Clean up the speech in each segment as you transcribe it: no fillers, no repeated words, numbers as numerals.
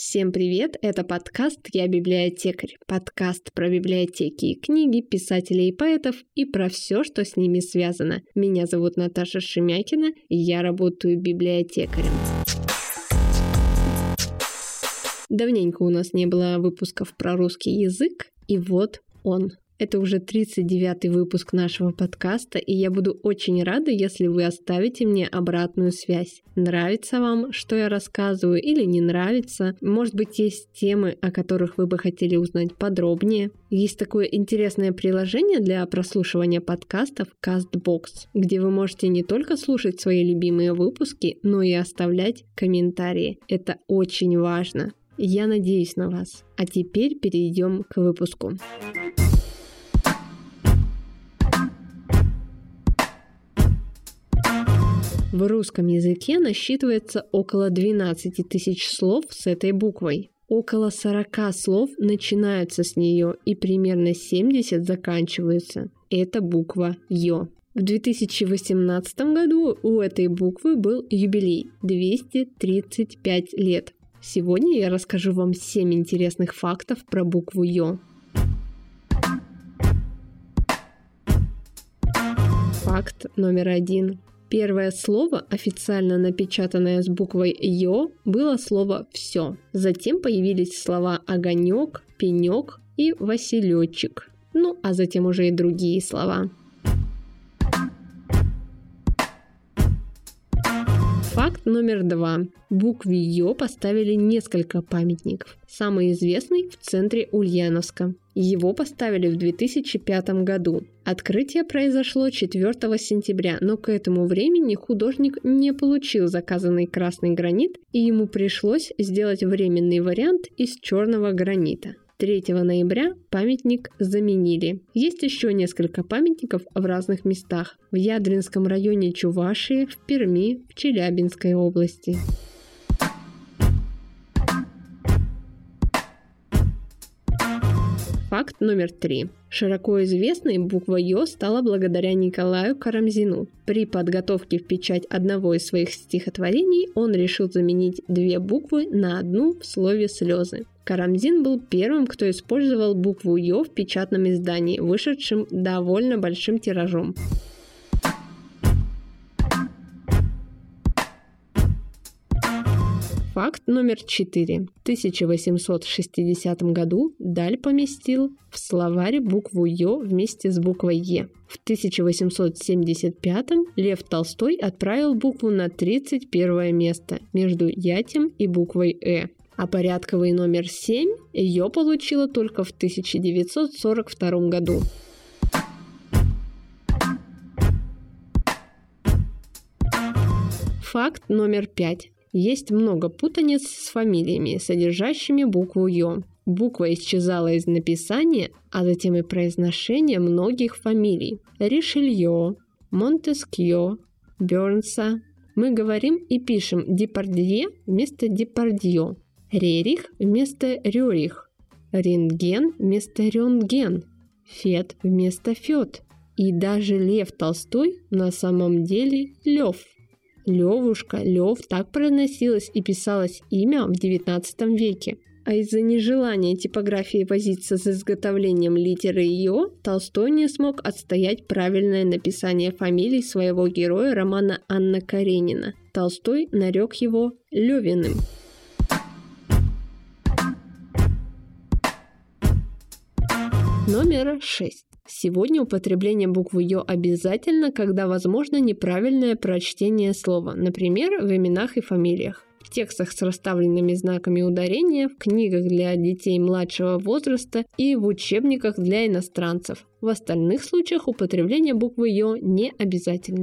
Всем привет, это подкаст «Я библиотекарь», подкаст про библиотеки и книги, писателей и поэтов и про все, что с ними связано. Меня зовут Наташа Шемякина, и я работаю библиотекарем. Давненько у нас не было выпусков про русский язык, и вот он. Это уже 39-й выпуск нашего подкаста, и я буду очень рада, если вы оставите мне обратную связь. Нравится вам, что я рассказываю, или не нравится? Может быть, есть темы, о которых вы бы хотели узнать подробнее? Есть такое интересное приложение для прослушивания подкастов CastBox, где вы можете не только слушать свои любимые выпуски, но и оставлять комментарии. Это очень важно. Я надеюсь на вас. А теперь перейдем к выпуску. В русском языке насчитывается около 12 тысяч слов с этой буквой. Около 40 слов начинаются с нее и примерно 70 заканчиваются. Это буква «ё». В 2018 году у этой буквы был юбилей – 235 лет. Сегодня я расскажу вам 7 интересных фактов про букву «ё». Факт номер 1. Первое слово, официально напечатанное с буквой «ё», было слово «всё». Затем появились слова «огонёк», «пенёк» и «василёчек». Ну, а затем уже и другие слова. Факт номер 2. Букве «ё» поставили несколько памятников. Самый известный в центре Ульяновска. Его поставили в 2005 году. Открытие произошло 4 сентября, но к этому времени художник не получил заказанный красный гранит, и ему пришлось сделать временный вариант из черного гранита. 3 ноября памятник заменили. Есть еще несколько памятников в разных местах. В Ядринском районе Чувашии, в Перми, в Челябинской области. Факт номер 3. Широко известной буква «ё» стала благодаря Николаю Карамзину. При подготовке в печать одного из своих стихотворений он решил заменить 2 буквы на одну в слове «слезы». Карамзин был первым, кто использовал букву «ё» в печатном издании, вышедшем довольно большим тиражом. Факт номер 4. В 1860 году Даль поместил в словарь букву «ё» вместе с буквой «е». В 1875 Лев Толстой отправил букву на 31 место между «ятем» и буквой «э». А порядковый номер 7 «ё» получила только в 1942 году. Факт номер 5. Есть много путаниц с фамилиями, содержащими букву «ё». Буква исчезала из написания, а затем и произношения многих фамилий. Ришелье, Монтескьё, Бёрнса. Мы говорим и пишем Депардье вместо Депардьё, Рерих вместо Рёрих, Рентген вместо Рёнтген, Фет вместо Фёт. И даже Лев Толстой на самом деле Лёв. Левушка, Лев, так произносилось и писалось имя в XIX веке. А из-за нежелания типографии возиться с изготовлением литеры «ё», Толстой не смог отстоять правильное написание фамилий своего героя романа Анна Каренина. Толстой нарек его Левиным. Номер 6. Сегодня употребление буквы «ё» обязательно, когда возможно неправильное прочтение слова, например, в именах и фамилиях. В текстах с расставленными знаками ударения, в книгах для детей младшего возраста и в учебниках для иностранцев. В остальных случаях употребление буквы «ё» не обязательно.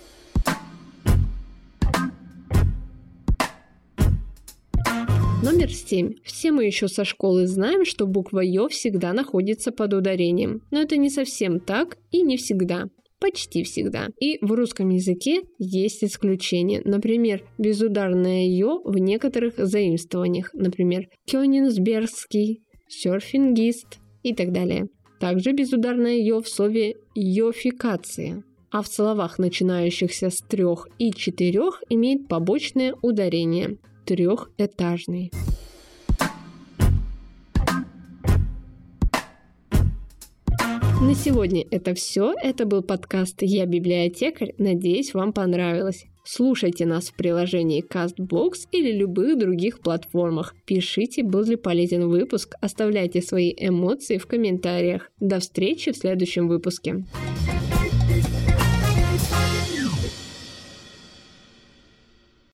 Номер 7. Все мы еще со школы знаем, что буква «ё» всегда находится под ударением. Но это не совсем так и не всегда. Почти всегда. И в русском языке есть исключения. Например, безударное «ё» в некоторых заимствованиях. Например, кёнигсбергский, серфингист и так далее. Также безударное «ё» в слове «ёфикация». А в словах, начинающихся с 3 и 4, имеет побочное ударение – трехэтажный. На сегодня это все. Это был подкаст «Я библиотекарь». Надеюсь, вам понравилось. Слушайте нас в приложении CastBox или любых других платформах. Пишите, был ли полезен выпуск, оставляйте свои эмоции в комментариях. До встречи в следующем выпуске.